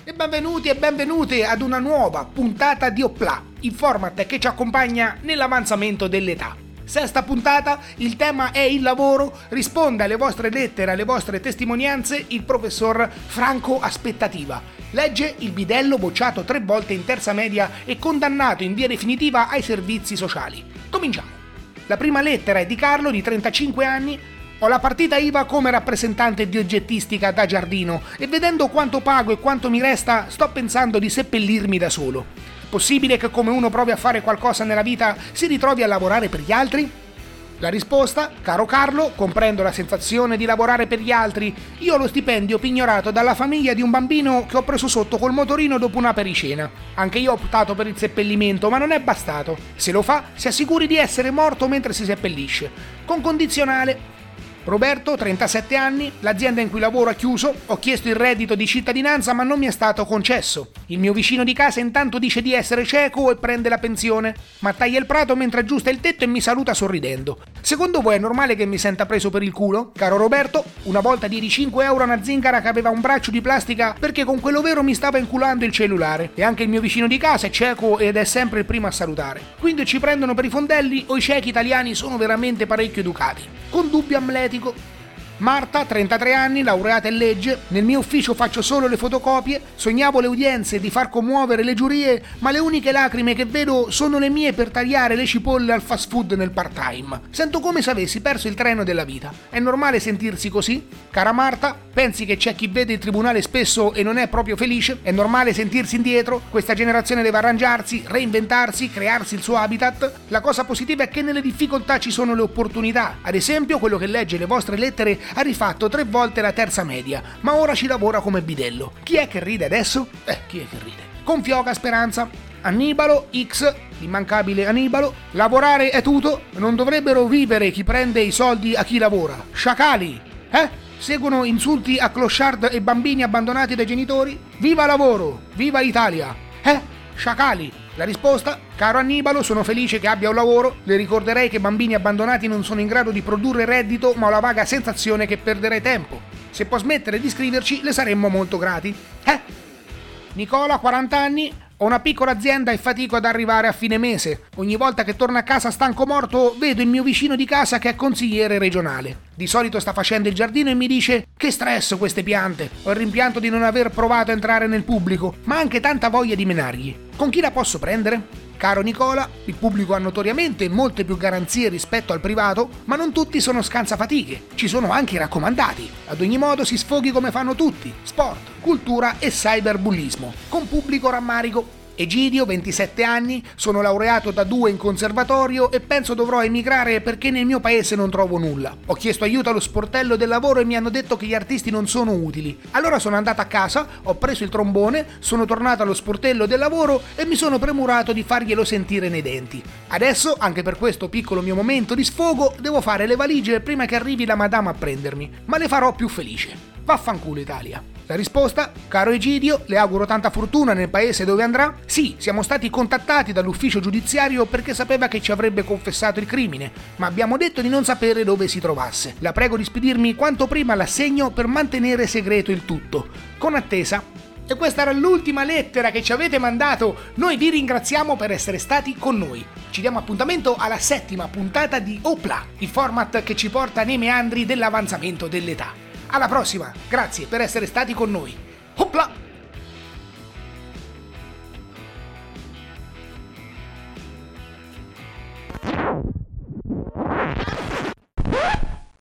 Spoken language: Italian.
E benvenuti e benvenute ad una nuova puntata di Opla, il format che ci accompagna nell'avanzamento dell'età. Sesta puntata, il tema è il lavoro, risponde alle vostre lettere, alle vostre testimonianze il professor Franco Aspettativa. Legge il bidello bocciato 3 volte in terza media e condannato in via definitiva ai servizi sociali. Cominciamo. La prima lettera è di Carlo, di 35 anni. Ho la partita IVA come rappresentante di oggettistica da giardino e vedendo quanto pago e quanto mi resta sto pensando di seppellirmi da solo. È possibile che come uno provi a fare qualcosa nella vita si ritrovi a lavorare per gli altri? La risposta, caro Carlo, comprendo la sensazione di lavorare per gli altri. Io ho lo stipendio pignorato dalla famiglia di un bambino che ho preso sotto col motorino dopo una pericena. Anche io ho optato per il seppellimento, ma non è bastato. Se lo fa, si assicuri di essere morto mentre si seppellisce. Con condizionale. Roberto, 37 anni, l'azienda in cui lavoro ha chiuso, ho chiesto il reddito di cittadinanza ma non mi è stato concesso. Il mio vicino di casa intanto dice di essere cieco e prende la pensione, ma taglia il prato mentre aggiusta il tetto e mi saluta sorridendo. Secondo voi è normale che mi senta preso per il culo? Caro Roberto, una volta diedi 5 euro a una zingara che aveva un braccio di plastica perché con quello vero mi stava inculando il cellulare. E anche il mio vicino di casa è cieco ed è sempre il primo a salutare. Quindi ci prendono per i fondelli o i ciechi italiani sono veramente parecchio educati. Con dubbio amletico. Marta, 33 anni, laureata in legge, nel mio ufficio faccio solo le fotocopie, sognavo le udienze di far commuovere le giurie, ma le uniche lacrime che vedo sono le mie per tagliare le cipolle al fast food nel part-time. Sento come se avessi perso il treno della vita. È normale sentirsi così? Cara Marta, pensi che c'è chi vede il tribunale spesso e non è proprio felice? È normale sentirsi indietro? Questa generazione deve arrangiarsi, reinventarsi, crearsi il suo habitat? La cosa positiva è che nelle difficoltà ci sono le opportunità. Ad esempio, quello che legge le vostre lettere ha rifatto 3 volte la terza media, ma ora ci lavora come bidello. Chi è che ride adesso? Chi è che ride? Confioca speranza. Annibalo, X, l'immancabile Annibalo. Lavorare è tutto, non dovrebbero vivere chi prende i soldi a chi lavora. Sciacali, Seguono insulti a clochard e bambini abbandonati dai genitori? Viva lavoro! Viva l'Italia! Sciacali! La risposta? Caro Annibalo, sono felice che abbia un lavoro. Le ricorderei che bambini abbandonati non sono in grado di produrre reddito, ma ho la vaga sensazione che perderei tempo. Se può smettere di scriverci, le saremmo molto grati. Nicola, 40 anni. Ho una piccola azienda e fatico ad arrivare a fine mese. Ogni volta che torno a casa stanco morto, vedo il mio vicino di casa che è consigliere regionale. Di solito sta facendo il giardino e mi dice: che stress queste piante. Ho il rimpianto di non aver provato a entrare nel pubblico, ma anche tanta voglia di menargli. Con chi la posso prendere? Caro Nicola, il pubblico ha notoriamente molte più garanzie rispetto al privato, ma non tutti sono scansafatiche. Ci sono anche i raccomandati. Ad ogni modo si sfoghi come fanno tutti: sport, cultura e cyberbullismo. Con pubblico rammarico. Egidio, 27 anni, sono laureato da 2 in conservatorio e penso dovrò emigrare perché nel mio paese non trovo nulla. Ho chiesto aiuto allo sportello del lavoro e mi hanno detto che gli artisti non sono utili. Allora sono andato a casa, ho preso il trombone, sono tornato allo sportello del lavoro e mi sono premurato di farglielo sentire nei denti. Adesso, anche per questo piccolo mio momento di sfogo, devo fare le valigie prima che arrivi la madama a prendermi, ma le farò più felice. Vaffanculo Italia. La risposta? Caro Egidio, le auguro tanta fortuna nel paese dove andrà. Sì, siamo stati contattati dall'ufficio giudiziario perché sapeva che ci avrebbe confessato il crimine, ma abbiamo detto di non sapere dove si trovasse. La prego di spedirmi quanto prima l'assegno per mantenere segreto il tutto. Con attesa. E questa era l'ultima lettera che ci avete mandato. Noi vi ringraziamo per essere stati con noi. Ci diamo appuntamento alla 7ª puntata di Opla, il format che ci porta nei meandri dell'avanzamento dell'età. Alla prossima, grazie per essere stati con noi. Opla!